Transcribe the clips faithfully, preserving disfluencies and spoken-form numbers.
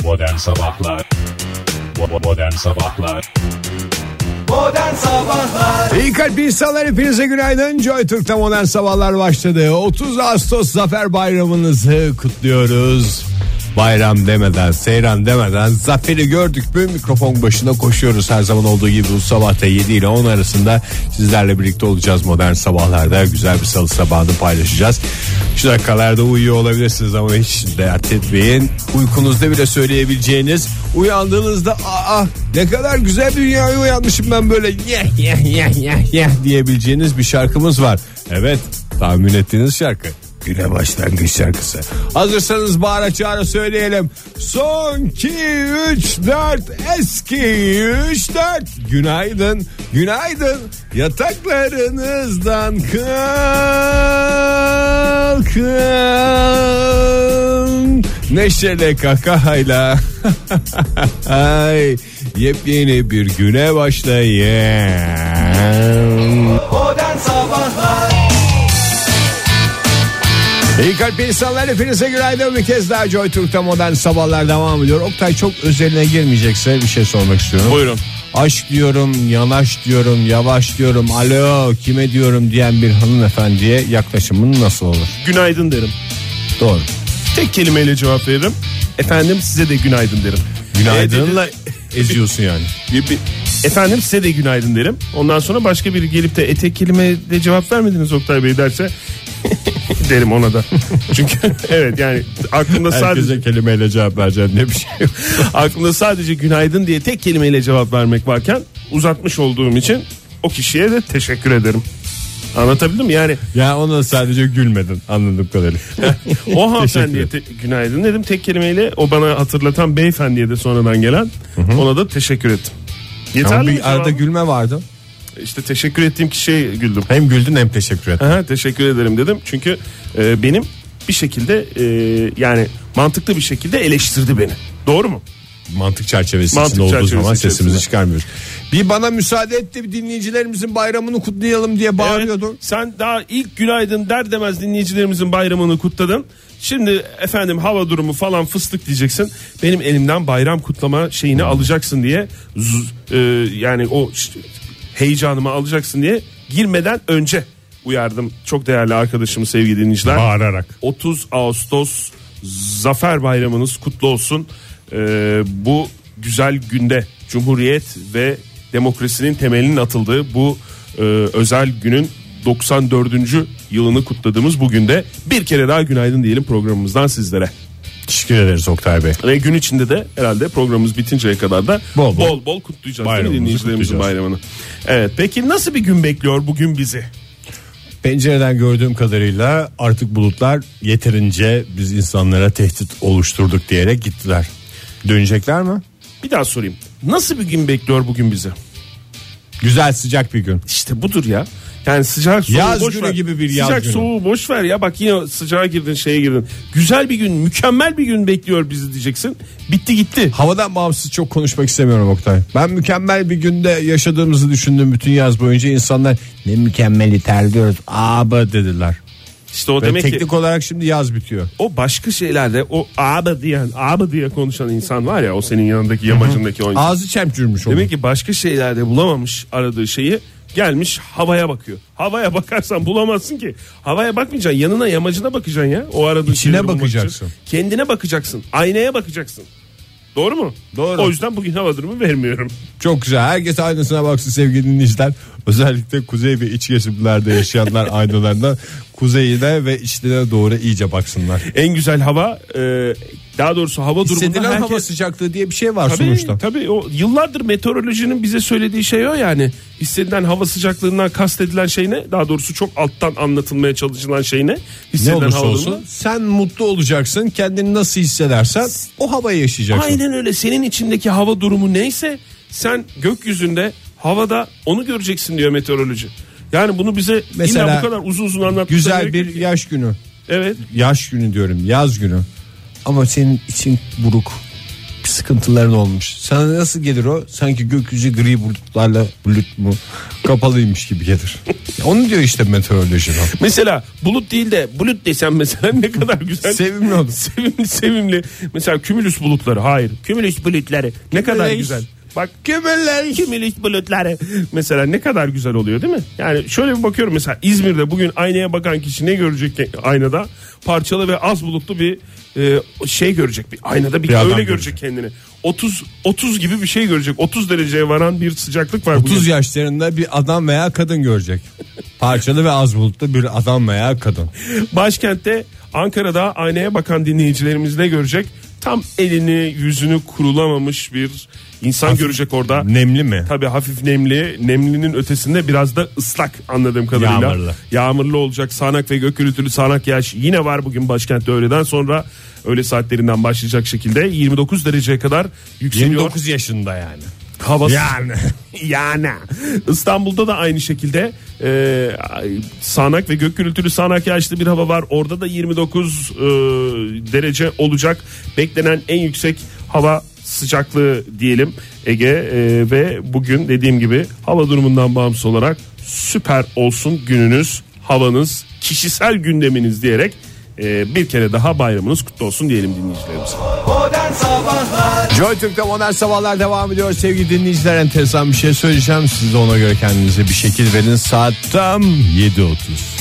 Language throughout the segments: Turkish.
Modern Sabahlar Modern Sabahlar Modern Sabahlar İyi kalp insanlar, hepinize günaydın. Joy Türk'te Modern Sabahlar başladı. otuz Ağustos Zafer Bayramınızı kutluyoruz. Bayram demeden, seyran demeden zaferi gördük mü mikrofon başına koşuyoruz. Her zaman olduğu gibi bu sabahta yedi ile on arasında sizlerle birlikte olacağız. Modern Sabahlar'da güzel bir salı sabahını paylaşacağız. Şu dakikalarda uyuyor olabilirsiniz ama hiç dert etmeyin. Uykunuzda bile söyleyebileceğiniz, uyandığınızda aa ne kadar güzel bir dünyaya uyanmışım ben böyle yeh yeh yeh yeh yeh diyebileceğiniz bir şarkımız var. Evet, tahmin ettiğiniz şarkı. Güne başlangıç şarkısı. Hazırsanız bağıra çağıra söyleyelim. Son iki üç dört eski üç dört. Günaydın, günaydın. Yataklarınızdan kalkın. Neşeyle kakahayla. Ay, yepyeni bir güne başlayın. Modern Sabahlar İyi kalp insanlar, hepinize günaydın. Bir kez daha Joy Türk'te Modern Sabahlar devam ediyor. Oktay, çok özeline girmeyecekse bir şey sormak istiyorum. Buyurun. Aşk diyorum, yanaş diyorum, yavaş diyorum, alo kime diyorum diyen bir hanımefendiye yaklaşımın nasıl olur? Günaydın derim. Doğru. Tek kelimeyle cevap veririm. Efendim size de günaydın derim. Günaydınla eziyorsun yani. Bir, bir, efendim size de günaydın derim. Ondan sonra başka biri gelip de e, tek kelimeyle cevap vermediniz Oktay Bey derse derim ona da. Çünkü evet, yani aklımda sadece herkese kelimeyle cevap vereceğim ne bir şey yok. aklımda sadece günaydın diye tek kelimeyle cevap vermek varken uzatmış olduğum için o kişiye de teşekkür ederim. Anlatabildim mi? Yani ya ona sadece gülmedin anladığım kadarıyla. o hanımefendiye te- günaydın dedim tek kelimeyle, o bana hatırlatan beyefendiye de sonradan gelen, hı hı, ona da teşekkür ettim. Yeterli ama mi? bir arada gülme vardı. İşte teşekkür ettiğim kişiye güldüm. Hem güldün hem teşekkür ettin. Aha, teşekkür ederim dedim. Çünkü e, benim bir şekilde e, yani mantıklı bir şekilde eleştirdi beni. Doğru mu? Mantık çerçevesi Mantık içinde olduğu çerçevesi zaman sesimizi içerisinde çıkarmıyoruz. Bir bana müsaade et de bir dinleyicilerimizin bayramını kutlayalım diye bağırıyordun. Evet, sen daha ilk günaydın der demez dinleyicilerimizin bayramını kutladın. Şimdi efendim hava durumu falan fıstık diyeceksin. Benim elimden bayram kutlama şeyini hmm. alacaksın diye z- e, yani o işte, heyecanımı alacaksın diye girmeden önce uyardım çok değerli arkadaşımı, sevgili dinleyiciler. Bağırarak. otuz Ağustos Zafer Bayramınız kutlu olsun. Ee, bu güzel günde Cumhuriyet ve demokrasinin temelinin atıldığı bu e, özel günün doksan dördüncü yılını kutladığımız bugün de bir kere daha günaydın diyelim programımızdan sizlere. Teşekkür ederiz Oktay Bey. Ve gün içinde de herhalde programımız bitinceye kadar da bol bol, bol, bol kutlayacağız değil mi dinleyicilerimizin bayramını. Evet, peki nasıl bir gün bekliyor bugün bizi? Pencereden gördüğüm kadarıyla artık bulutlar yeterince biz insanlara tehdit oluşturduk diyerek gittiler. Dönecekler mi? Bir daha sorayım. Nasıl bir gün bekliyor bugün bizi? Güzel sıcak bir gün. İşte budur ya. Yani sıcak soğuğu yaz boş günü ver. gibi bir yaz sıcak günü. soğuğu boş ver ya, bak yine sıcağa girdin, şeye girdin. Güzel bir gün, mükemmel bir gün bekliyor bizi diyeceksin. Bitti gitti. Havadan bağımsız çok konuşmak istemiyorum Oktay. Ben mükemmel bir günde yaşadığımızı düşündüm bütün yaz boyunca. İnsanlar ne mükemmeli terliyoruz abi dediler. İşte o ve demek teknik ki olarak şimdi yaz bitiyor. o başka şeylerde o abi diyen, abi diye konuşan insan var ya, o senin yanındaki yamacındaki o insan. Ağzı çemçürmüş onu. Demek ki başka şeylerde bulamamış aradığı şeyi, gelmiş havaya bakıyor. Havaya bakarsan bulamazsın ki. Havaya bakmayacaksın, yanına yamacına bakacaksın ya. O aradığın İçine bakacaksın. Kendine bakacaksın. Aynaya bakacaksın. Doğru mu? Doğru. O yüzden bugün hava durumu vermiyorum. Çok güzel. Herkes aynasına baksın sevgili dinleyiciler. Özellikle kuzey ve iç kesimlerde yaşayanlar aynalarına kuzeyine ve içlerine doğru iyice baksınlar. En güzel hava, e, daha doğrusu hava durumunda hissedilen herkes... hava sıcaklığı diye bir şey var tabii, sonuçta. Tabii o yıllardır meteorolojinin bize söylediği şey o yani. Hissedilen hava sıcaklığından kastedilen şey ne? Daha doğrusu çok alttan anlatılmaya çalışılan şey ne? Hissedilen Ne olursa hava olsun durumu. sen mutlu olacaksın, kendini nasıl hissedersen o havayı yaşayacaksın. Aynen öyle, senin içindeki hava durumu neyse sen gökyüzünde, havada onu göreceksin diyor meteoroloji. Yani bunu bize mesela illa bu kadar uzun uzun anlatmak. güzel bir yaş günü. Evet. Yaş günü diyorum, yaz günü. Ama senin için buruk, sıkıntıların olmuş. Sana nasıl gelir o? Sanki gökyüzü gri bulutlarla bulut mu kapalıymış gibi gelir. Onu diyor işte meteoroloji. Mesela bulut değil de bulut desem mesela ne kadar güzel. Sevimli olur. Sevimli sevimli. Mesela kümülüs bulutları. Hayır. Kümülüs bulutları. Ne kadar güzel. Bak kümüller kümülüs bulutları. Mesela ne kadar güzel oluyor değil mi? Yani şöyle bir bakıyorum mesela İzmir'de bugün aynaya bakan kişi ne görecek aynada? Parçalı ve az bulutlu bir e, şey görecek. Bir aynada bir, Bir adam öyle görecek. görecek kendini. otuz otuz gibi bir şey görecek. otuz dereceye varan bir sıcaklık var bugün. otuz yaşlarında bir adam veya kadın görecek. Parçalı ve az bulutlu bir adam veya kadın. Başkentte Ankara'da aynaya bakan dinleyicilerimiz ne görecek? Tam elini yüzünü kurulamamış bir insan Hafif görecek orada. Nemli mi? Tabii hafif nemli. Nemlinin ötesinde biraz da ıslak anladığım kadarıyla. Yağmurlu. Yağmurlu olacak. Sağanak ve gök gürültülü sağanak yağış yine var bugün başkentte öğleden sonra. Öğle saatlerinden başlayacak şekilde yirmi dokuz dereceye kadar yükseliyor. yirmi dokuz yaşında yani. Hava Yani. yani İstanbul'da da aynı şekilde e, sağanak ve gök gürültülü sağanak yağışlı bir hava var. Orada da yirmi dokuz e, derece olacak. Beklenen en yüksek hava sıcaklığı diyelim Ege e, ve bugün dediğim gibi hava durumundan bağımsız olarak süper olsun gününüz, havanız, kişisel gündeminiz diyerek e, bir kere daha bayramınız kutlu olsun diyelim dinleyicilerimize. Modern Sabahlar. Joy Türk'te modern sabahlar devam ediyor. Sevgili dinleyiciler, enteresan bir şey söyleyeceğim. Siz de ona göre kendinize bir şekil verin. Saat tam yedi otuz.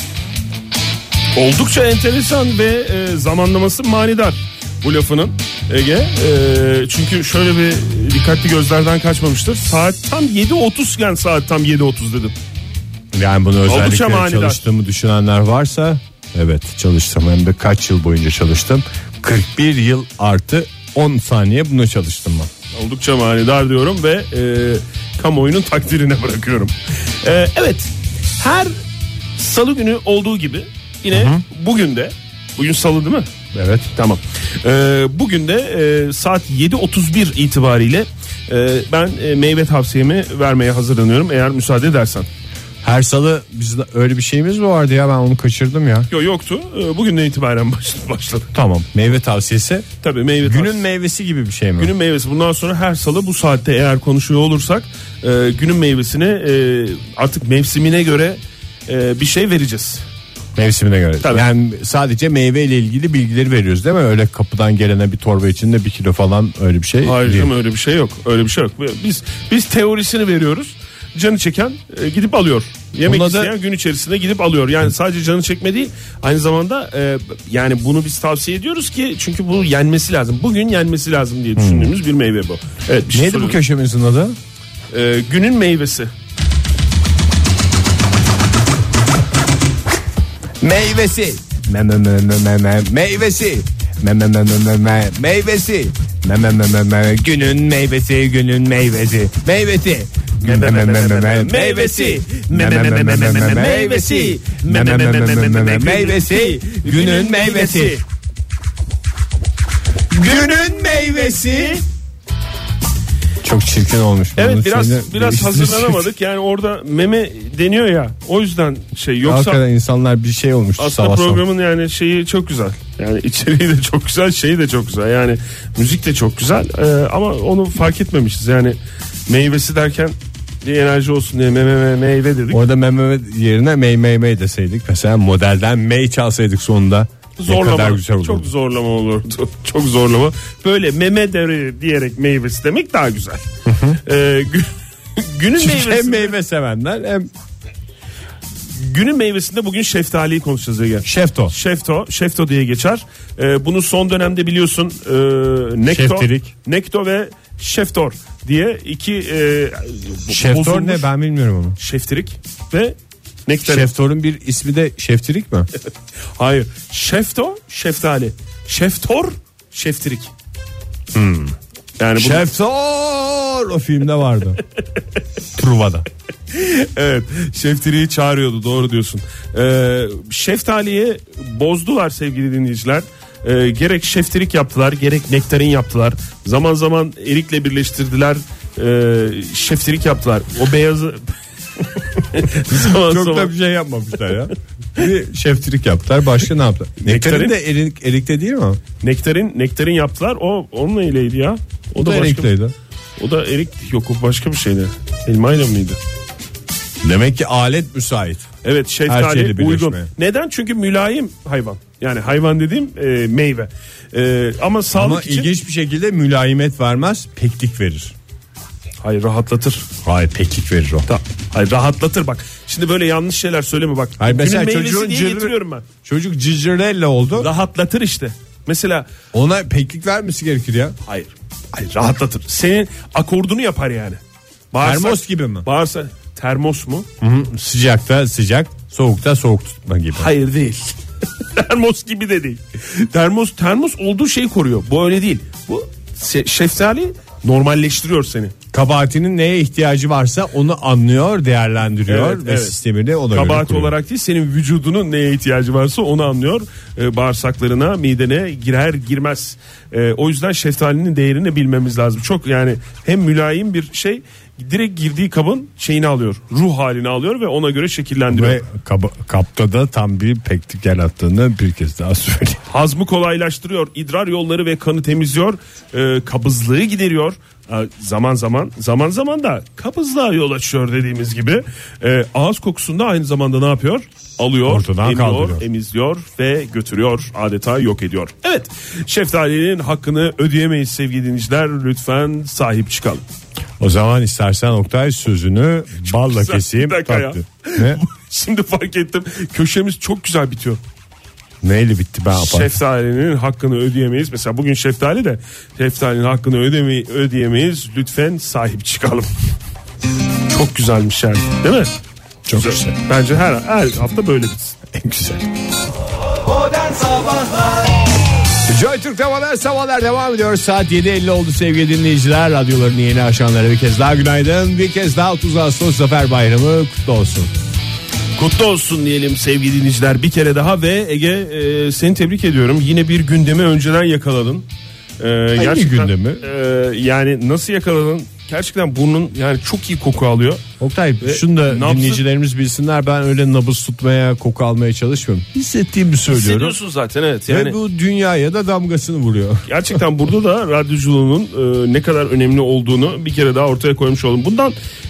Oldukça enteresan ve e, zamanlaması manidar bu lafının Ege. E, çünkü şöyle bir dikkatli gözlerden kaçmamıştır. Saat tam yedi otuz yani saat tam yedi otuz dedim. Yani bunu Oldukça özellikle manidar. çalıştığımı düşünenler varsa, evet çalıştım, hem de kaç yıl boyunca çalıştım. kırk bir yıl artı on saniye buna çalıştım ben. Oldukça manidar diyorum ve e, kamuoyunun takdirine bırakıyorum. E, evet, her salı günü olduğu gibi yine Hı-hı. bugün de, bugün salı değil mi? Evet. Tamam. E, bugün de e, saat yedi otuz bir itibariyle e, ben e, meyve tavsiyemi vermeye hazırlanıyorum eğer müsaade edersen. Her salı bizde öyle bir şeyimiz mi vardı ya, ben onu kaçırdım ya. Yok yoktu. E, bugünden itibaren başladı. Tamam, meyve tavsiyesi. Tabii meyve Günün tavsiyesi. meyvesi gibi bir şey mi? Günün meyvesi. Bundan sonra her salı bu saatte eğer konuşuyor olursak e, günün meyvesini e, artık mevsimine göre e, bir şey vereceğiz. Mevsimine göre. Tabii. Yani sadece meyve ile ilgili bilgileri veriyoruz değil mi? Öyle kapıdan gelene bir torba içinde bir kilo falan öyle bir şey Hayır değil. canım, öyle bir şey yok. Öyle bir şey yok. Biz biz teorisini veriyoruz. Canı çeken e, gidip alıyor. Yemek Bunda isteyen da... gün içerisinde gidip alıyor. Yani sadece canı çekme değil. Aynı zamanda e, yani bunu biz tavsiye ediyoruz ki çünkü bu yenmesi lazım. Bugün yenmesi lazım diye düşündüğümüz hmm. bir meyve bu. Evet, bir şey Neydi soruyorum. bu köşemizin adı? E, günün meyvesi. Meyvesi. Me me me me me me meyvesi. Me me me me me me meyvesi. Me me me me me günün meyvesi, günün meyvesi. Meyvesi. Me me me me me me meyvesi. Me me me me me me me meyvesi. Me me me me me me me meyvesi. Günün meyvesi. Günün meyvesi. Çok çirkin olmuş. Evet, bunun biraz şeyini biraz değiştirsin. hazırlanamadık. Yani orada meme deniyor ya. O yüzden şey yoksa Hakikaten insanlar bir şey olmuş. aslında programın yani şeyi çok güzel. Yani içeriği de çok güzel, şeyi de çok güzel. Yani müzik de çok güzel. Ee, ama onu fark etmemişiz. Yani meyvesi derken bir enerji olsun diye meme me, meyve dedik. Orada meme yerine mey mey mey deseydik. Mesela modelden mey çalsaydık sonunda. Zorlama. Ne kadar güzel olurdu. Çok zorlama olurdu. Çok zorlama. Böyle meme deri diyerek meyvesi demek daha güzel. ee, gün, günün Çünkü meyvesi. hem meyve sevenler hem Günün meyvesinde bugün şeftaliyi konuşacağız Ege. şefto. Şefto, şefto diye geçer. Ee, bunu son dönemde biliyorsun e, nekto, Şeftirik. nekto ve şeftor diye iki e, Şeftor bozulmuş- ne, ben bilmiyorum onu. Şeftirik ve nektarin. Şeftorun bir ismi de şeftirik mi? Hayır. Şefto, şeftali. Şeftor, şeftirik. Hmm. Yani bu, Şeftor o filmde vardı. Truva'da. evet, şeftiriği çağırıyordu, doğru diyorsun. Ee, şeftaliyi bozdular sevgili dinleyiciler. Ee, gerek şeftirik yaptılar, gerek nektarin yaptılar. Zaman zaman erikle birleştirdiler. Ee, şeftirik yaptılar. O beyazı zaman Çok zaman... da bir şey yapmamışlar ya. Bir şeftirik yaptılar. Başka ne yaptılar? Nektarin Nektarin- de erik, erikte değil mi o? Nektarin, nektarin yaptılar. O onunla ileydi ya. O da, da başka erikleydi. O da erik yok, o başka bir şeydi. Elmayla mıydı? Demek ki alet müsait. Evet, şeyle şeftali uygun. birleşmeye. Neden? Çünkü mülayim hayvan. Yani hayvan dediğim e, meyve. E, ama sağlık Ama için... ilginç bir şekilde mülayimet vermez, peklik verir. Hayır, rahatlatır. Hayır, peklik verir o. Ta, hayır, rahatlatır bak. Şimdi böyle yanlış şeyler söyleme bak. Hayır, mesela Günün meyvesi çocuğun diye cırrı- getiriyorum ben. Çocuk cicirella oldu. Rahatlatır işte. Mesela Ona peklik vermesi gerekir ya. hayır. Hayır, rahatlatır. Senin akordunu yapar yani. Bağırsak, Termos gibi mi? Bağırsa termos mu? Hı hı. Sıcakta sıcak, soğukta soğuk tutma gibi. Hayır, değil. Termos gibi de değil. Termos termos olduğu şeyi koruyor. Bu öyle değil. Bu se- şeftali normalleştiriyor seni. Kabahatinin neye ihtiyacı varsa onu anlıyor, değerlendiriyor Evet, ve evet. sistemini ona göre Kabahat kuruyor. olarak değil, senin vücudunun neye ihtiyacı varsa onu anlıyor. Ee, bağırsaklarına, midene girer girmez. Ee, o yüzden şeftalinin değerini bilmemiz lazım. Çok yani hem mülayim bir şey, direkt girdiği kabın şeyini alıyor. Ruh halini alıyor ve ona göre şekillendiriyor. Ve kaba, kapta da tam bir peklik yarattığını bir kez daha söyleyeyim. Hazmı kolaylaştırıyor, idrar yolları ve kanı temizliyor, e, kabızlığı gideriyor. E, zaman zaman zaman zaman da kabızlığa yol açıyor dediğimiz gibi. E, ağız kokusunda aynı zamanda ne yapıyor? Alıyor, Ortadan emiyor, kaldırıyor. emizliyor ve götürüyor, adeta yok ediyor. Evet, şeftalinin hakkını ödeyemeyiz sevgili dinleyiciler, lütfen sahip çıkalım. O zaman istersen Oktay sözünü balla güzel. keseyim. Bir dakika ya. tatlı. Ne? Şimdi fark ettim, köşemiz çok güzel bitiyor. Neyle bitti ben yaparım. Şeftalinin hakkını ödeyemeyiz. Mesela bugün şeftali de şeftalinin hakkını ödeme, ödeyemeyiz. Lütfen sahip çıkalım. Çok güzelmiş yani, değil mi? Çok güzel. Bence her her hafta böyle bitsin. En güzel. Modern Sabahlar. Joy Türk'te modern sabahlar devam ediyor. Saat yedi elli oldu sevgili dinleyiciler. Radyolarını yeni açanlara bir kez daha günaydın. Bir kez daha otuz Ağustos Zafer Bayramı kutlu olsun. Kutlu olsun diyelim sevgili dinleyiciler bir kere daha ve Ege e, seni tebrik ediyorum. Yine bir gündemi önceden yakaladın. E, Hangi gündemi? E, yani nasıl yakaladın? Gerçekten burnun yani çok iyi koku alıyor. Oktay Ve şunu da nabzı- dinleyicilerimiz bilsinler, ben öyle nabız tutmaya, koku almaya çalışmıyorum. Hissettiğimi söylüyorum. Hissediyorsun zaten, evet. Yani Ve bu dünyaya da damgasını vuruyor. gerçekten burada da radyoculuğunun e, ne kadar önemli olduğunu bir kere daha ortaya koymuş oldum. Bundan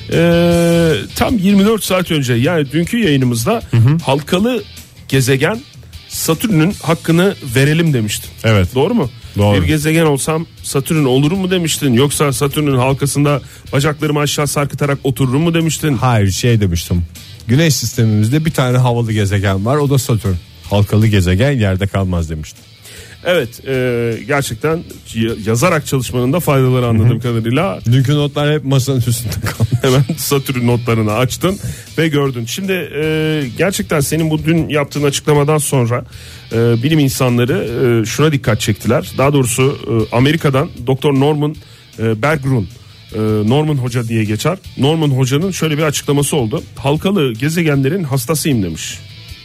e, tam yirmi dört saat önce, yani dünkü yayınımızda hı hı. halkalı gezegen Satürn'ün hakkını verelim demiştin. Evet. Doğru mu? Doğru. Bir gezegen olsam Satürn olurum mu demiştin? Yoksa Satürn'ün halkasında bacaklarımı aşağı sarkıtarak otururum mu demiştin? Hayır, şey demiştim. Güneş sistemimizde bir tane havalı gezegen var, o da Satürn. Halkalı gezegen yerde kalmaz demiştim. Evet, e, gerçekten yazarak çalışmanın da faydaları anladığım kadarıyla. Dünkü notlar hep masanın üstünde kalmış. Hemen Satürn notlarını açtın ve gördün. Şimdi e, gerçekten senin bu dün yaptığın açıklamadan sonra e, bilim insanları e, şuna dikkat çektiler. Daha doğrusu e, Amerika'dan Doktor Norman e, Berggren, e, Norman Hoca diye geçer. Norman Hoca'nın şöyle bir açıklaması oldu. Halkalı gezegenlerin hastasıyım demiş.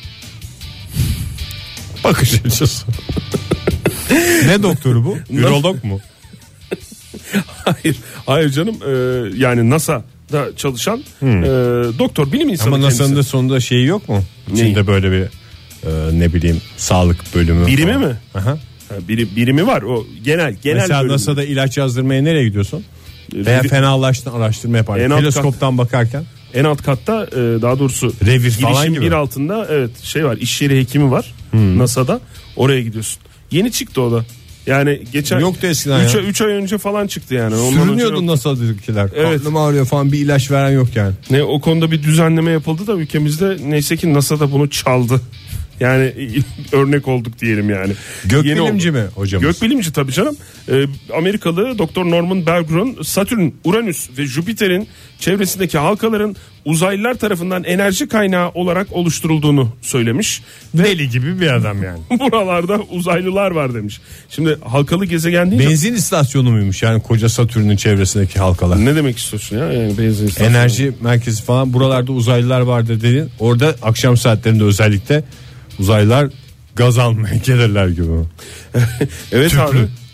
Bakış açısı. Ne doktoru bu? Ürolog mu? Hayır, hayır canım, e, yani NASA'da çalışan hmm. e, doktor, bilim insanı. Ama kendisi. NASA'nın da sonunda şeyi yok mu? Neyi? İçinde böyle bir e, ne bileyim sağlık bölümü. Birimi falan. mi? Aha. Ha, biri, birimi var, o genel genel Mesela bölümü. NASA'da ilaç yazdırmaya nereye gidiyorsun? Veya Revi- fenalaştın, araştırma yapar. En alt Teleskoptan bakarken. En alt katta e, daha doğrusu Revir falan girişin gibi. bir altında evet şey var, iş yeri hekimi var hmm. NASA'da, oraya gidiyorsun. Yeni çıktı o da. Yani geçen Yoktu eskiden üç, ya. üç ay önce falan çıktı yani. Ondan Sürünüyordu önce- NASA'dakiler. Evet. Karnım ağrıyor falan, bir ilaç veren yok yani. Ne, o konuda bir düzenleme yapıldı da ülkemizde, neyse ki NASA'da bunu çaldı. Yani örnek olduk diyelim yani. Gökbilimci mi hocamız? Gökbilimci tabii canım. Ee, Amerikalı Doktor Norman Berggren, Satürn, Uranüs ve Jüpiter'in çevresindeki halkaların uzaylılar tarafından enerji kaynağı olarak oluşturulduğunu söylemiş. Deli gibi bir adam yani. Buralarda uzaylılar var demiş. Şimdi halkalı gezegen deyince Benzin istasyonu muymuş yani koca Satürn'ün çevresindeki halkalar? ne demek istiyorsun ya? Yani benzin istasyonu. Enerji merkezi falan, buralarda uzaylılar vardır dedin. Orada akşam saatlerinde özellikle uzaylılar gaz almaya gelirler gibi. Evet Tüplü, abi.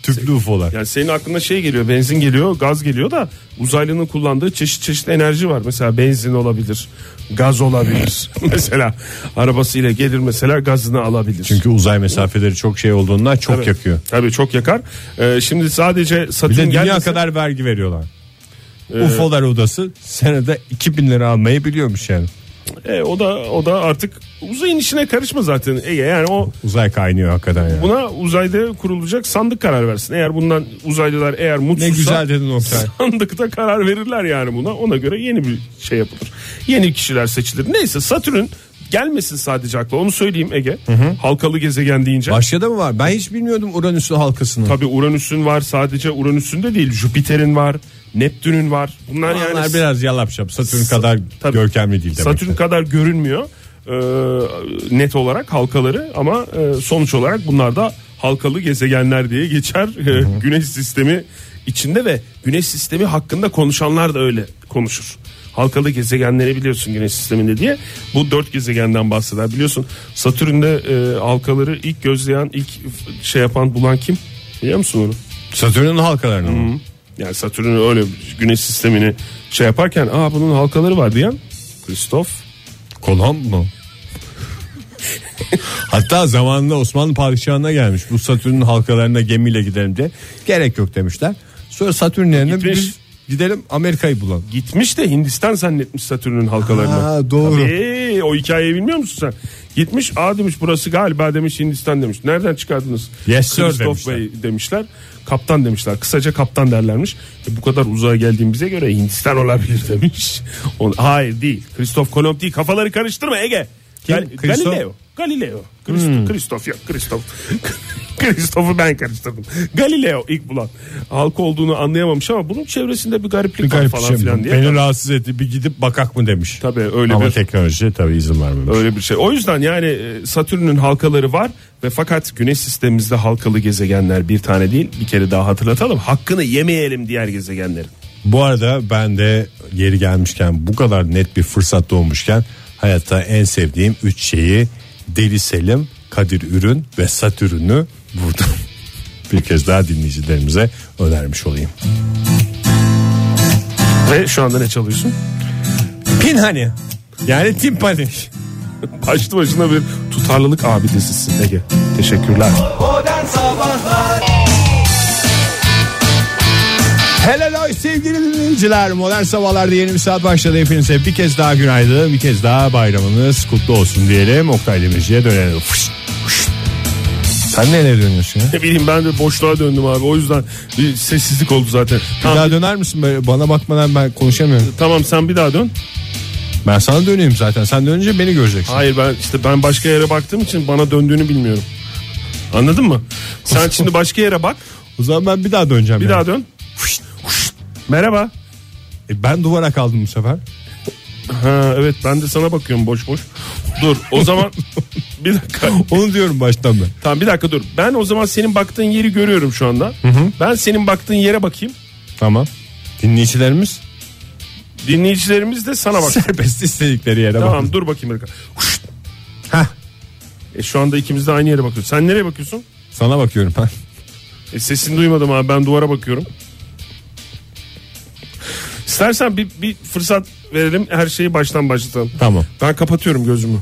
Tüplü U F O'lar. Yani senin aklına şey geliyor, benzin geliyor, gaz geliyor da uzaylının kullandığı çeşit çeşit enerji var. Mesela benzin olabilir, gaz olabilir. Mesela arabasıyla gelir mesela gazını alabilir. Çünkü uzay mesafeleri çok şey olduğundan çok Tabii, yakıyor. Tabii çok yakar. Ee, şimdi sadece Satürn Bir de dünya gelmese, kadar vergi veriyorlar. Ee, U F O'lar odası senede iki bin lira almayı biliyormuş yani. E, o da o da artık uzayın işine karışma zaten. E, yani o Uzay kaynıyor hakikaten yani. buna uzayda kurulacak sandık karar versin. Eğer bundan uzaylılar eğer mutsuzsa Ne güzel dedin Oktay. sandıkta karar verirler yani buna. Ona göre yeni bir şey yapılır. Yeni kişiler seçilir. Neyse Satürn gelmesin sadece akla, onu söyleyeyim Ege. Hı hı. Halkalı gezegen deyince. Başka da mı var? Ben hiç bilmiyordum Uranüs'ün halkasını. Tabii Uranüs'ün var, sadece Uranüs'ün de değil, Jüpiter'in var, Neptün'ün var. Bunlar Onlar yani biraz yalapşap. Satürn kadar tabii, görkemli değil demek. Satürn kadar görünmüyor e, net olarak halkaları ama e, sonuç olarak bunlar da halkalı gezegenler diye geçer. E, Güneş sistemi içinde ve Güneş sistemi hakkında konuşanlar da öyle konuşur. Halkalı gezegenleri biliyorsun Güneş sisteminde diye. Bu dört gezegenden bahseder. Biliyorsun Satürn'de e, halkaları ilk gözleyen, ilk şey yapan, bulan kim? Biliyor musun onu? Satürn'ün halkalarını mı? Hı. Yani Satürn'ün öyle Güneş sistemini şey yaparken aa bunun halkaları var diyen Christoph Kolomb mu? Hatta zamanında Osmanlı padişahına gelmiş. Bu Satürn'ün halkalarına gemiyle gidelim diye. Gerek yok demişler. Sonra Satürn yerine Gitmiş. biz gidelim Amerika'yı bulalım. gitmiş de Hindistan zannetmiş Satürn'ün halkalarını. Ha, doğru. Tabii, o hikayeyi bilmiyor musun sen? Gitmiş, aa demiş burası galiba demiş Hindistan demiş. Nereden çıkardınız? Yes sir Christoph demişler. Bey demişler. Kaptan demişler. Kısaca kaptan derlermiş. E, bu kadar uzağa geldiğimize göre Hindistan olabilir demiş. O, hayır değil. Christoph Kolomb değil. Kafaları karıştırma Ege. Kim? Gal- Christoph? Galileo. Galileo. Christoph, Hmm. Christoph yok. Christoph. Christoph'u ben karıştırdım. Galileo ilk bulan. Halka olduğunu anlayamamış ama bunun çevresinde bir gariplik Bir var garip falan şey filan bu. diye. Beni Tabii, rahatsız etti. Bir gidip bakak mı demiş. tabii öyle Ama bir teknoloji tabii izin vermemiş. öyle bir şey. O yüzden yani e, Satürn'ün halkaları var ve fakat Güneş sistemimizde halkalı gezegenler bir tane değil. Bir kere daha hatırlatalım. Hakkını yemeyelim diğer gezegenlerin. Bu arada ben de yeri gelmişken bu kadar net bir fırsat doğmuşken hayatta en sevdiğim üç şeyi Deli Selim, Kadir Ürün ve Satürn'ü burada bir kez daha dinleyicilerimize önermiş olayım. Ve şu anda ne çalıyorsun? Pinhani yani timpani. Başlı başına bir tutarlılık abidesisin Ege. Teşekkürler. Modern Sabahlar. Helal hoş sevgili dinleyiciler. Modern Sabahlar'da yeni bir saat başladı. Hepinize bir kez daha günaydın. Bir kez daha bayramınız kutlu olsun diyelim. Oktay Demirci'ye dönelim. Fış, fış. Sen nereye dönüyorsun ya? Ne bileyim ben de boşluğa döndüm abi. O yüzden bir sessizlik oldu zaten. Bir Tamam, daha döner misin? Böyle bana bakmadan ben konuşamıyorum. tamam sen bir daha dön. Ben sana döneyim zaten. Sen dönünce beni göreceksin. Hayır ben işte ben başka yere baktığım için bana döndüğünü bilmiyorum. Anladın mı? Sen şimdi başka yere bak. O zaman ben bir daha döneceğim. Bir yani. daha dön. Fışt, fışt. Merhaba. E ben duvara kaldım bu sefer. Ha evet ben de sana bakıyorum boş boş. Dur o zaman bir dakika. Onu diyorum baştan ben. Tamam bir dakika dur. Ben o zaman senin baktığın yeri görüyorum şu anda. Hı hı. Ben senin baktığın yere bakayım. Tamam. Dinleyicilerimiz Dinleyicilerimiz de sana bak. serbest istedikleri yere Tamam bakın. dur bakayım bir dakika. Fışt. Heh, E şu anda ikimiz de aynı yere bakıyoruz. Sen nereye bakıyorsun? sana bakıyorum ben. E sesini duymadım abi ben duvara bakıyorum. İstersen bir, bir fırsat verelim her şeyi baştan başlatalım. Tamam. Ben kapatıyorum gözümü.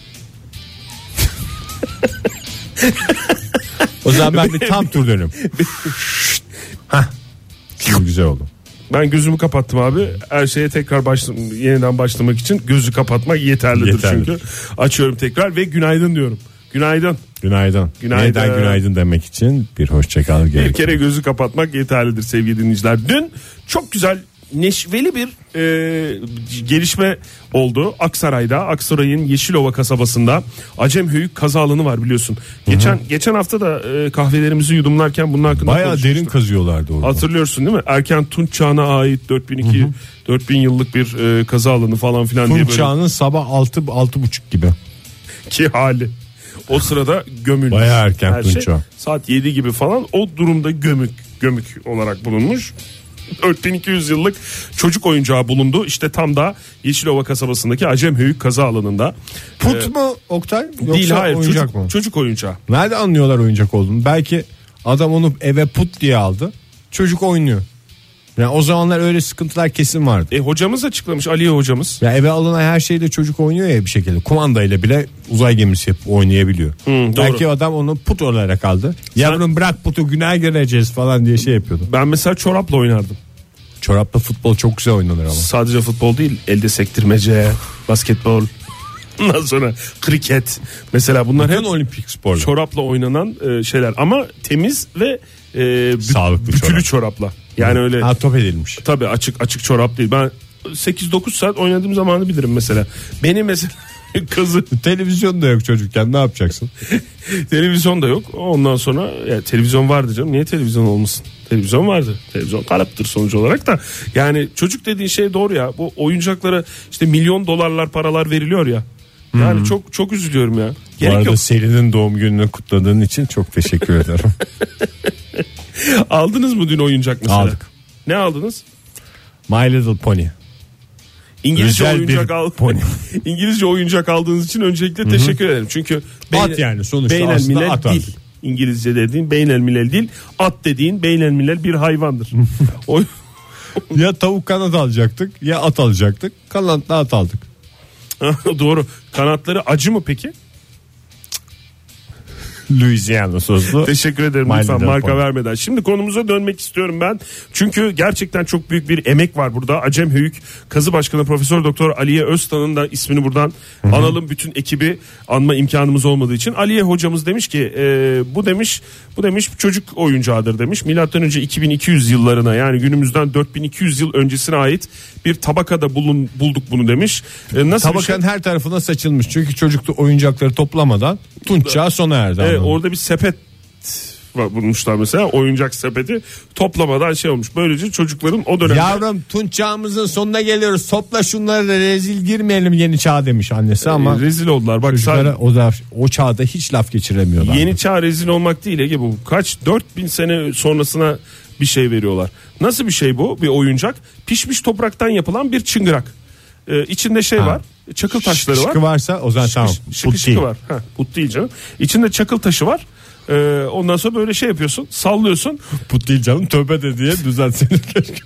O zaman ben bir tam tur dönüyorum. Heh. Şimdi güzel oldu. Ben gözümü kapattım abi. Her şeye tekrar başla, yeniden başlamak için gözü kapatmak yeterlidir, Yeterlidir. çünkü. Açıyorum tekrar ve günaydın diyorum. Günaydın. Günaydın. Günaydın. Neden günaydın demek için bir hoşçakal gerekiyor. Bir kere gözü kapatmak yeterlidir sevgili dinleyiciler. Dün çok güzel neşveli bir e, gelişme oldu Aksaray'da. Aksaray'ın Yeşilova kasabasında Acemhöyük kaza alanı var biliyorsun. Geçen geçen hafta da e, kahvelerimizi yudumlarken bunun hakkında Bayağı konuşmuştuk. derin kazıyorlardı orada. Hatırlıyorsun değil mi? Erken Tunç çağına ait dört bin iki dört bin yıllık bir e, kaza alanı falan filan diye Tunç böyle çağının sabah altı altı buçuk gibi. ki hali. O sırada gömülmüş. Bayağı erken Her şey. Tunç çağı. Saat yedi gibi falan o durumda gömük gömük olarak bulunmuş. dört bin iki yüz yıllık çocuk oyuncağı bulundu. İşte tam da Yeşilova kasabasındaki Acemhöyük kaza alanında. Put Ee, mu Oktay? Yoksa Değil hayır oyuncak çocuk, mı? çocuk oyuncağı. Nerede anlıyorlar oyuncak olduğunu? Belki Adam onu eve put diye aldı. Çocuk oynuyor. Yani o zamanlar öyle sıkıntılar kesin vardı. E hocamız açıklamış, Aliye hocamız. Ya eve alınan her şeyde çocuk oynuyor ya bir şekilde. Kumandayla bile uzay gemisi yapıp oynayabiliyor. Hmm, Belki doğru. Adam onu put olarak aldı. Sen... Yavrum bırak putu, günah gireceğiz falan diye şey yapıyordu. Ben mesela çorapla oynardım. Çorapla futbol çok güzel oynanır ama. Sadece futbol değil, elde sektirmece, basketbol, ondan sonra kriket. Mesela bunlar bütün hep olimpik sporlar. Çorapla oynanan e, şeyler ama temiz ve e, bü- sağlıklı bükülü çorap. çorapla. Yani öyle. Ha, top edilmiş. Tabii açık açık çorap değil. Ben sekiz dokuz saat oynadığım zamanı bilirim mesela. Benim mesela kızı televizyon da yok çocukken, ne yapacaksın? televizyon da yok. Ondan sonra ya, televizyon vardı canım. Niye televizyon olmasın? Televizyon vardı. Televizyon kalıptır sonuç olarak da. Yani çocuk dediğin şey doğru ya. Bu oyuncaklara işte milyon dolarlar paralar veriliyor ya. Yani hmm. çok çok üzülüyorum ya. Gerek Bu arada yok. Selin'in doğum gününü kutladığın için çok teşekkür ederim. Aldınız mı dün oyuncak mesela? Aldık. Ne aldınız? My Little Pony. İngilizce Özel oyuncak al. İngilizce oyuncak aldığınız için öncelikle Hı-hı. teşekkür ederim. Çünkü at yani sonuçta aslında at dil. İngilizce dediğin beynelmilel dil, at dediğin beynelmilel bir hayvandır. o ya tavuk kanat alacaktık ya at alacaktık. Kanatla at aldık. Doğru. Kanatları acı mı peki? Louisiana soslu. Teşekkür ederim My lütfen marka Pony. vermeden. Şimdi konumuza dönmek istiyorum ben. Çünkü gerçekten çok büyük bir emek var burada. Acem Höyük Kazı Başkanı Profesör Doktor Aliye Öztan'ın da ismini buradan Hı-hı. analım, bütün ekibi anma imkanımız olmadığı için. Aliye hocamız demiş ki e, bu demiş bu demiş çocuk oyuncağıdır demiş. Milattan önce iki bin iki yüz yıllarına, yani günümüzden dört bin iki yüz yıl öncesine ait bir tabakada bulun, bulduk bunu demiş. E, nasıl Tabakanın şey? her tarafına saçılmış. Çünkü çocukta oyuncakları toplamadan Tunç çağı sona erdi. Evet, orada bir sepet bulmuşlar mesela, oyuncak sepeti toplamadan şey olmuş. Böylece çocukların o dönemde yavrum Tunç çağımızın sonuna geliyoruz, topla şunları da rezil girmeyelim yeni çağ demiş annesi ama e, rezil oldular. Bak çocuklara o da o çağda hiç laf geçiremiyorlar. Yeni çağ rezil olmak değil Ege, bu kaç dört bin sene sonrasına bir şey veriyorlar. Nasıl bir şey bu? Bir oyuncak, pişmiş topraktan yapılan bir çıngırak. Ee, içinde şey ha. var, çakıl taşları şıkı var. Şıkı varsa o zaman tamam. Şıkı şıkı, şıkı var. Ha, put değil canım. İçinde çakıl taşı var. Ee, ondan sonra böyle şey yapıyorsun, sallıyorsun. Put değil canım, tövbe de diye düzeltsenin keşke.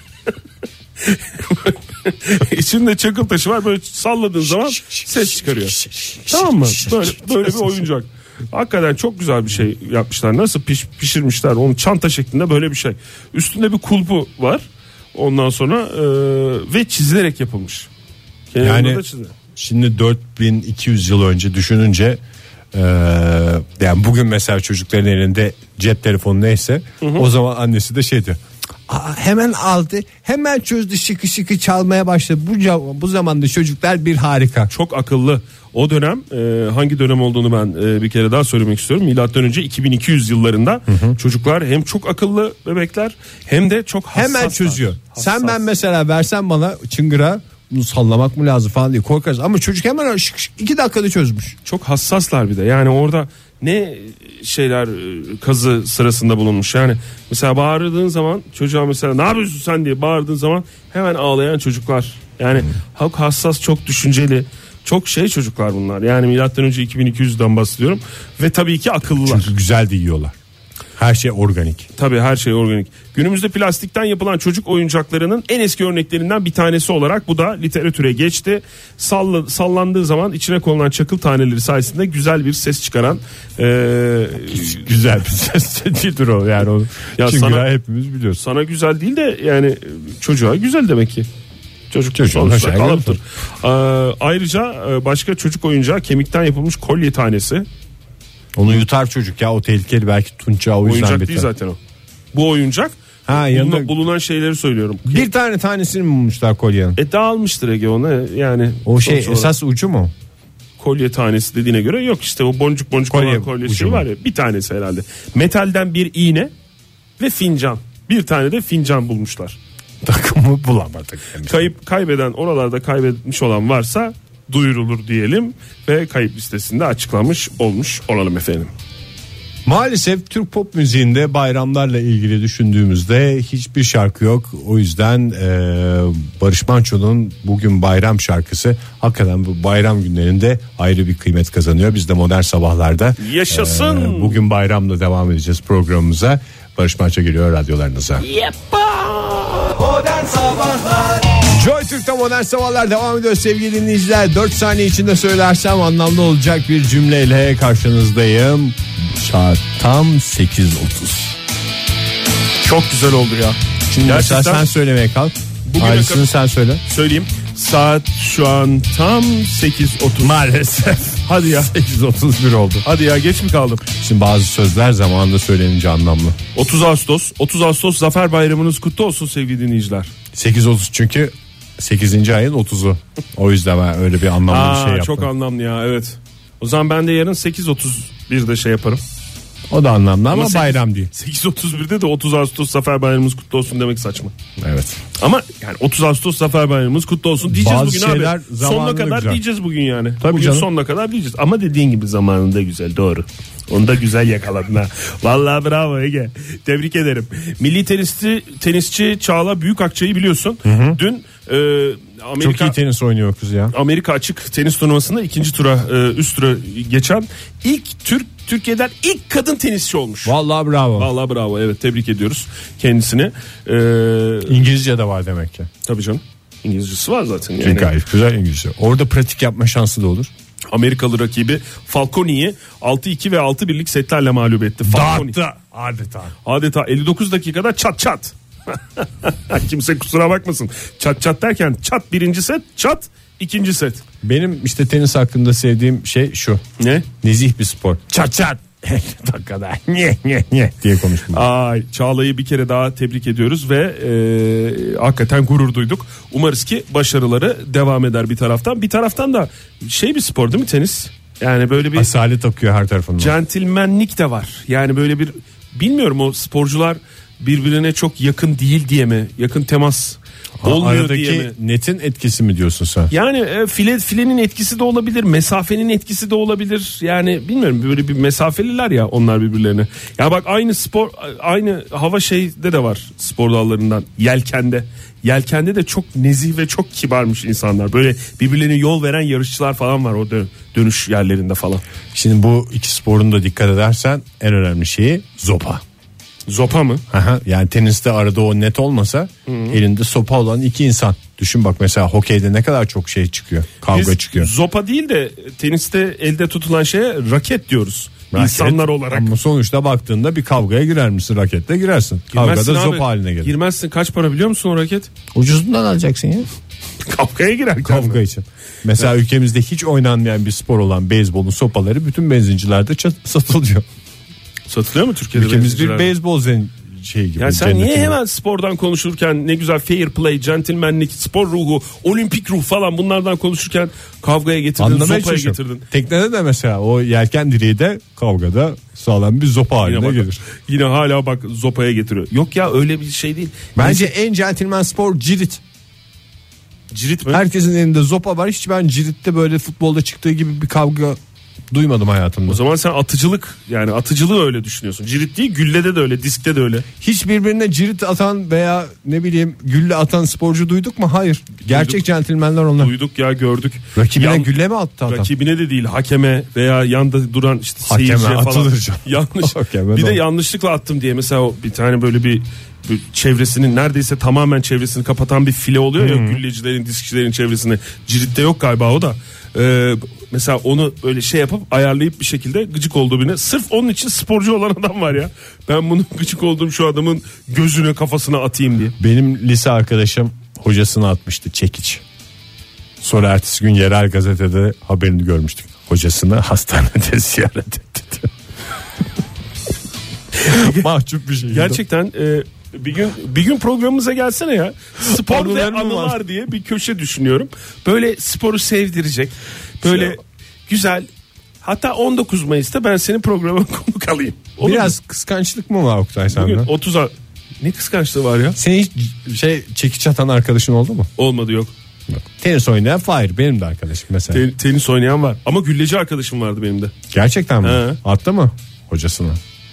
İçinde çakıl taşı var, böyle salladığın zaman ses çıkarıyor. Tamam mı? Böyle böyle bir oyuncak. Hakikaten çok güzel bir şey yapmışlar. Nasıl piş, pişirmişler onu, çanta şeklinde böyle bir şey. Üstünde bir kulpu var. Ondan sonra e, ve çizilerek yapılmış. Kenarında yani şimdi dört bin iki yüz yıl önce düşününce e, yani bugün mesela çocukların elinde cep telefonu neyse, hı hı. o zaman annesi de şey diyor. Aa, hemen aldı, hemen çözdü, şıkı şıkı çalmaya başladı. Bu, bu zamanda çocuklar bir harika. Çok akıllı. O dönem e, hangi dönem olduğunu ben e, bir kere daha söylemek istiyorum. Milattan önce iki bin iki yüz yıllarında hı hı. çocuklar hem çok akıllı bebekler hem de çok hassaslar. Hemen çözüyor. Hassas. Sen ben mesela versen bana çıngıra, bunu sallamak mı lazım falan diye korkarız. Ama çocuk hemen şık şık iki dakikada çözmüş. Çok hassaslar bir de. Yani orada ne şeyler kazı sırasında bulunmuş. Yani mesela bağırdığın zaman çocuğa, mesela ne yapıyorsun sen diye bağırdığın zaman hemen ağlayan çocuklar. Yani hmm. hassas, çok düşünceli, çok şey çocuklar bunlar. Yani milattan önce iki bin iki yüzden bahsediyorum ve tabii ki akıllılar. Çünkü güzel de yiyorlar. Her şey organik. Tabii her şey organik. Günümüzde plastikten yapılan çocuk oyuncaklarının en eski örneklerinden bir tanesi olarak bu da literatüre geçti. Salla, sallandığı zaman içine konulan çakıl taneleri sayesinde güzel bir ses çıkaran ee, güzel bir ses değildir o yani onu. Ya çünkü sana, hepimiz biliyoruz. Sana güzel değil de yani çocuğa güzel demek ki. Çocuk Çocuğun şey kalıptır. Ee, ayrıca başka çocuk oyuncağı kemikten yapılmış kolye tanesi. Onu yutar çocuk ya, o tehlikeli, belki Tunç'a o yüzden oyuncak biter. Değil zaten o. Bu oyuncak ha, bulunan, yanında... bulunan şeyleri söylüyorum. Bir tane tanesini mi bulmuşlar kolyenin? E dağılmıştır Ege ona yani. O şey esas ucu mu? Kolye tanesi dediğine göre yok, işte o boncuk boncuk kolye, olan kolye şey var ya, bir tanesi herhalde. Metalden bir iğne ve fincan. Bir tane de fincan bulmuşlar. Takımı bulamadık. Yani. Kayıp kaybeden, oralarda kaybetmiş olan varsa duyurulur diyelim ve kayıp listesinde açıklamış olmuş olalım efendim. Maalesef Türk pop müziğinde bayramlarla ilgili düşündüğümüzde hiçbir şarkı yok. O yüzden e, Barış Manço'nun Bugün Bayram şarkısı hakikaten bu bayram günlerinde ayrı bir kıymet kazanıyor. Biz de Modern Sabahlar'da Yaşasın. e, Bugün Bayram'la devam edeceğiz programımıza. Barış Manço geliyor radyolarınıza. Modern Sabahlar. Joy Türk'te Modern Sabahlar devam ediyor sevgili dinleyiciler. dört saniye içinde söylersem anlamlı olacak bir cümleyle karşınızdayım. Saat tam sekiz otuz. Çok güzel oldu ya. Şimdi mesela sen söylemeye kalk. Aynısını kadar- sen söyle. Söyleyeyim. Saat şu an tam sekiz otuz. Maalesef. Hadi ya. sekiz otuz bir oldu. Hadi ya, geç mi kaldım? Şimdi bazı sözler zamanında söylenince anlamlı. otuz Ağustos. otuz Ağustos Zafer Bayramınız kutlu olsun sevgili dinleyiciler. sekiz otuz çünkü sekizinci ayın otuzu. O yüzden ben öyle bir anlamlı Aa, bir şey yaptım. çok anlamlı ya, evet. O zaman ben de yarın sekiz otuz birde şey yaparım. O da anlamlı ama, sekiz bayram değil. sekiz otuz birde de otuz Ağustos Zafer Bayramımız kutlu olsun demek saçma. Evet. Ama yani otuz Ağustos Zafer Bayramımız kutlu olsun diyeceğiz Bazı bugün şeyler abi. Sonuna zamanında kadar güzel. diyeceğiz bugün yani. Tabii bugün canım. sonuna kadar diyeceğiz. Ama dediğin gibi zamanında güzel, doğru. Onu da güzel yakaladın ha. Vallahi bravo Ege. Tebrik ederim. Milli tenisçi, tenisçi Çağla Büyükakçay'ı biliyorsun. Hı hı. Dün e, Amerika, Çok iyi tenis oynuyor kız ya. Amerika açık tenis turnuvasında ikinci tura e, üst tura geçen ilk Türk Türkiye'den ilk kadın tenisçi olmuş. Vallahi bravo. Vallahi bravo, evet, tebrik ediyoruz kendisini. Ee, İngilizce de var demek ki. tabii canım. İngilizcesi var zaten. Yani. Çünkü gayet güzel İngilizce. Orada pratik yapma şansı da olur. Amerikalı rakibi Falconi'yi altı iki ve altı birlik setlerle mağlup etti. Falconi. Dağıttı adeta. Adeta elli dokuz dakikada çat çat. Kimse kusura bakmasın. Çat çat derken çat birinci set, çat ikinci set. Benim işte tenis hakkında sevdiğim şey şu. Ne? Nezih bir spor. Çat çat. Dakikada nye nye nye diye konuştum. Ay, Çağla'yı bir kere daha tebrik ediyoruz ve e, hakikaten gurur duyduk. Umarız ki başarıları devam eder bir taraftan. Bir taraftan da şey bir spor değil mi tenis? Yani böyle bir Asalet akıyor her tarafından. centilmenlik de var. Yani böyle bir, bilmiyorum, o sporcular birbirine çok yakın değil diye mi? Yakın temas olmuyor Aradaki diye mi? netin etkisi mi diyorsun sen? Yani e, file filenin etkisi de olabilir, mesafenin etkisi de olabilir. Yani bilmiyorum, böyle bir mesafeliler ya onlar birbirlerine. Ya bak, aynı spor, aynı hava şeyde de var spor dallarından. Yelkende. Yelkende de çok nezih ve çok kibarmış insanlar. Böyle birbirlerine yol veren yarışçılar falan var o dö- dönüş yerlerinde falan. Şimdi bu iki sporun da dikkat edersen en önemli şeyi zopa. Zopa mı? Aha, yani teniste arada o net olmasa elinde sopa olan iki insan. Düşün bak, mesela hokeyde ne kadar çok şey çıkıyor. Kavga Biz çıkıyor. zopa değil de teniste elde tutulan şeye raket diyoruz. Raket, İnsanlar olarak. Ama sonuçta baktığında bir kavgaya girer misin, raketle girersin. Girmezsin Kavgada abi. zopa haline gelir. Girmezsin. Kaç para biliyor musun o raket? Ucuzundan alacaksın ya. Kavgaya girer. Kavga için. Mesela evet. Ülkemizde hiç oynanmayan bir spor olan beyzbolun sopaları bütün benzincilerde çat- satılıyor. Satılıyor mu Türkiye'de? Ülkemiz bir beyzbol zen şey gibi. Yani sen niye gibi. hemen spordan konuşurken ne güzel fair play, centilmenlik, spor ruhu, olimpik ruh falan bunlardan konuşurken kavgaya getirdin, Anlamaya zopaya çalışıyorum. getirdin. Teknede de mesela o yelken direği de kavgada sağlam bir zopa haline Yine, bak, gelir. yine hala bak zopaya getiriyor. Yok ya, öyle bir şey değil. Bence en centilmen spor cirit. Cirit mi? Herkesin elinde zopa var. Hiç ben ciritte böyle futbolda çıktığı gibi bir kavga duymadım hayatımda. O zaman sen atıcılık, yani atıcılığı öyle düşünüyorsun. Cirit değil, güllede de öyle, diskte de öyle. Hiç birbirine cirit atan veya ne bileyim gülle atan sporcu duyduk mu? Hayır. Gerçek centilmenler onlar. Duyduk ya, gördük. Rakibine Yan- gülle mi attı adam? Rakibine de değil, hakeme veya yanda duran işte Hakeme seyirciye falan. atılır canım. Yanlış. Hakeme Bir de doğru. yanlışlıkla attım diye mesela o bir tane böyle bir, bir çevresinin neredeyse tamamen çevresini kapatan bir file oluyor ya, güllecilerin, diskçilerin çevresini. Ciritte yok galiba o da. Ee, mesela onu böyle şey yapıp ayarlayıp bir şekilde gıcık olduğu birine, sırf onun için sporcu olan adam var ya. Ben bunun gıcık olduğum şu adamın gözüne, kafasına atayım diye. Benim lise arkadaşım hocasını atmıştı çekiç. Sonra ertesi gün yerel gazetede haberini görmüştük. Hocasını hastanede ziyaret etti. Mahcup bir şey. Gerçekten e, bir gün bir gün programımıza gelsene ya. Spor ve Anılar mı anılar var? diye bir köşe düşünüyorum. Böyle sporu sevdirecek. Böyle Şey- güzel. Hatta on dokuz Mayıs'ta ben senin programa konuk alayım. Olur Biraz mu? kıskançlık mı var Oktay Bugün sende? otuza ne kıskançlığı var ya? Senin hiç şey çekiç atan arkadaşın oldu mu? Olmadı, yok. Yok. Tenis oynayan Fahir benim de arkadaşım mesela. Te- tenis oynayan var. Ama gülleci arkadaşım vardı benim de. Gerçekten mi? He. Attı mı hocasına?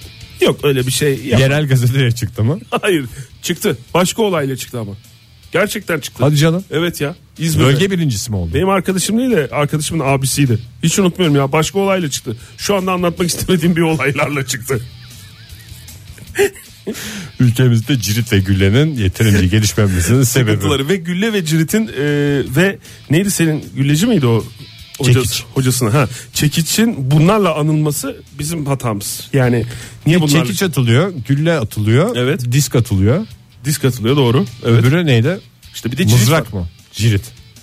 Yok öyle bir şey yapmadım. Yerel gazeteye çıktı mı? Hayır çıktı. Başka olayla çıktı ama. Gerçekten çıktı. Hadi canım. Evet ya. İzmir'de. Bölge birincisi mi oldu? Benim arkadaşım değil de arkadaşımın abisiydi. Hiç unutmuyorum ya, başka olayla çıktı. Şu anda anlatmak istemediğim bir olaylarla çıktı. Ülkemizde cirit ve güllenin yeterince gelişmemesinin sebebi. Sıkıntıları ve gülle ve ciritin e, ve neydi senin gülleci miydi o? Hocası, Çekiç. Hocasına ha. Çekiç'in bunlarla anılması bizim hatamız. Yani niye bunlar? Çekiç atılıyor, gülle atılıyor, Evet. disk atılıyor. Disk atılıyor, doğru. Evet. Öbürü neydi? İşte bir de cirit Mızrak var. mı? Cirit.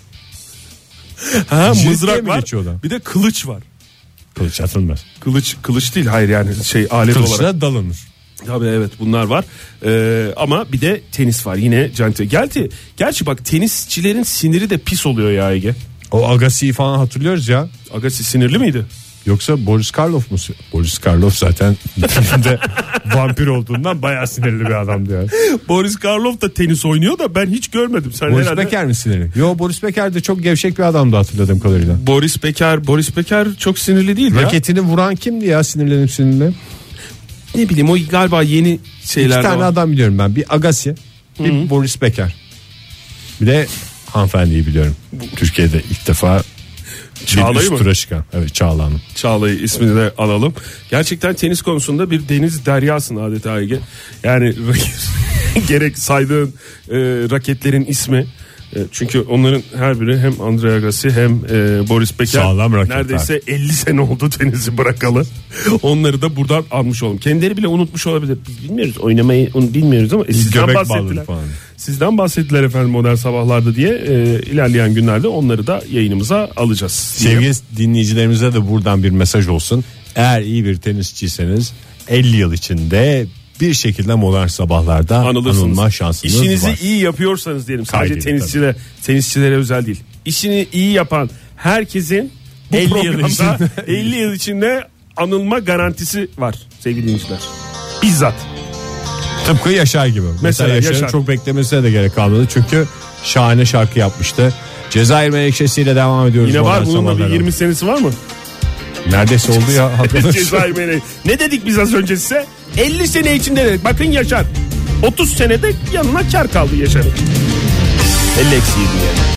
Ha, Cirit diye mızrak mi var. geçiyor o da? Bir de kılıç var. Kılıç atılmaz. Kılıç kılıç değil, hayır yani şey alet olarak. Kılıçla dalınır. Tabii evet, bunlar var. Ee, ama bir de tenis var yine Canti. Geldi. Gerçi bak, tenisçilerin siniri de pis oluyor ya Ege. O Agassi'yi falan hatırlıyoruz ya. Agassi sinirli miydi? Yoksa Boris Karloff mu? Boris Karloff zaten filmde vampir olduğundan bayağı sinirli bir adamdı yani. Boris Karloff da tenis oynuyor da ben hiç görmedim. Sen Boris herhalde... Becker mi sinirli? Yo, Boris Becker de çok gevşek bir adamdı hatırladığım kadarıyla. Boris Becker, Boris Becker çok sinirli değil ya. Raketini vuran kimdi ya sinirlenip sinirlenip? Ne bileyim, o galiba yeni şeyler İki tane var. adam biliyorum ben. Bir Agassi, bir Hı-hı. Boris Becker. Bir de hanımefendiyi biliyorum. Türkiye'de ilk defa Çağla'yı bir üst mı? tura çıkan. Evet, Çağla Hanım. Çağla'yı ismini de alalım. Gerçekten tenis konusunda bir deniz deryasın adeta Ege. Yani gerek saydığın e, raketlerin ismi. E, çünkü onların her biri hem Andre Agassi hem e, Boris Becker. Sağlam raketler. Neredeyse elli sene oldu tenisi bırakalı. Onları da buradan almış olalım. Kendileri bile unutmuş olabilir. Biz bilmiyoruz, oynamayı onu bilmiyoruz ama e, sizden Göbek bahsettiler. bağladı falan. Sizden bahsettiler efendim modern sabahlarda diye e, ilerleyen günlerde onları da yayınımıza alacağız. Sevgili dinleyicilerimize de buradan bir mesaj olsun. Eğer iyi bir tenisçiyseniz elli yıl içinde bir şekilde modern sabahlarda Anılırsınız. anılma şansınız İşinizi var. iyi yapıyorsanız diyelim. Sadece Kaydedin, tenisçilere, tenisçilere özel değil. İşini iyi yapan herkesin bu elli yıl programda içinde- elli yıl içinde anılma garantisi var sevgili dinleyiciler. Bizzat. Tıpkı Yaşar gibi. Mesela, Mesela Yaşar'ın Yaşar. çok beklemesine de gerek kalmadı. Çünkü şahane şarkı yapmıştı. Cezayir Menekşesi'yle devam ediyoruz. Yine var, modern bununla bir sabahlara. yirmi senesi var mı? Neredeyse oldu ya. Hakikaten. Cezayir Menekşesi. Ne dedik biz az önce size? elli sene içinde dedik. Bakın Yaşar. otuz senede yanına kar kaldı Yaşar'ın. elli eksi yedi yani.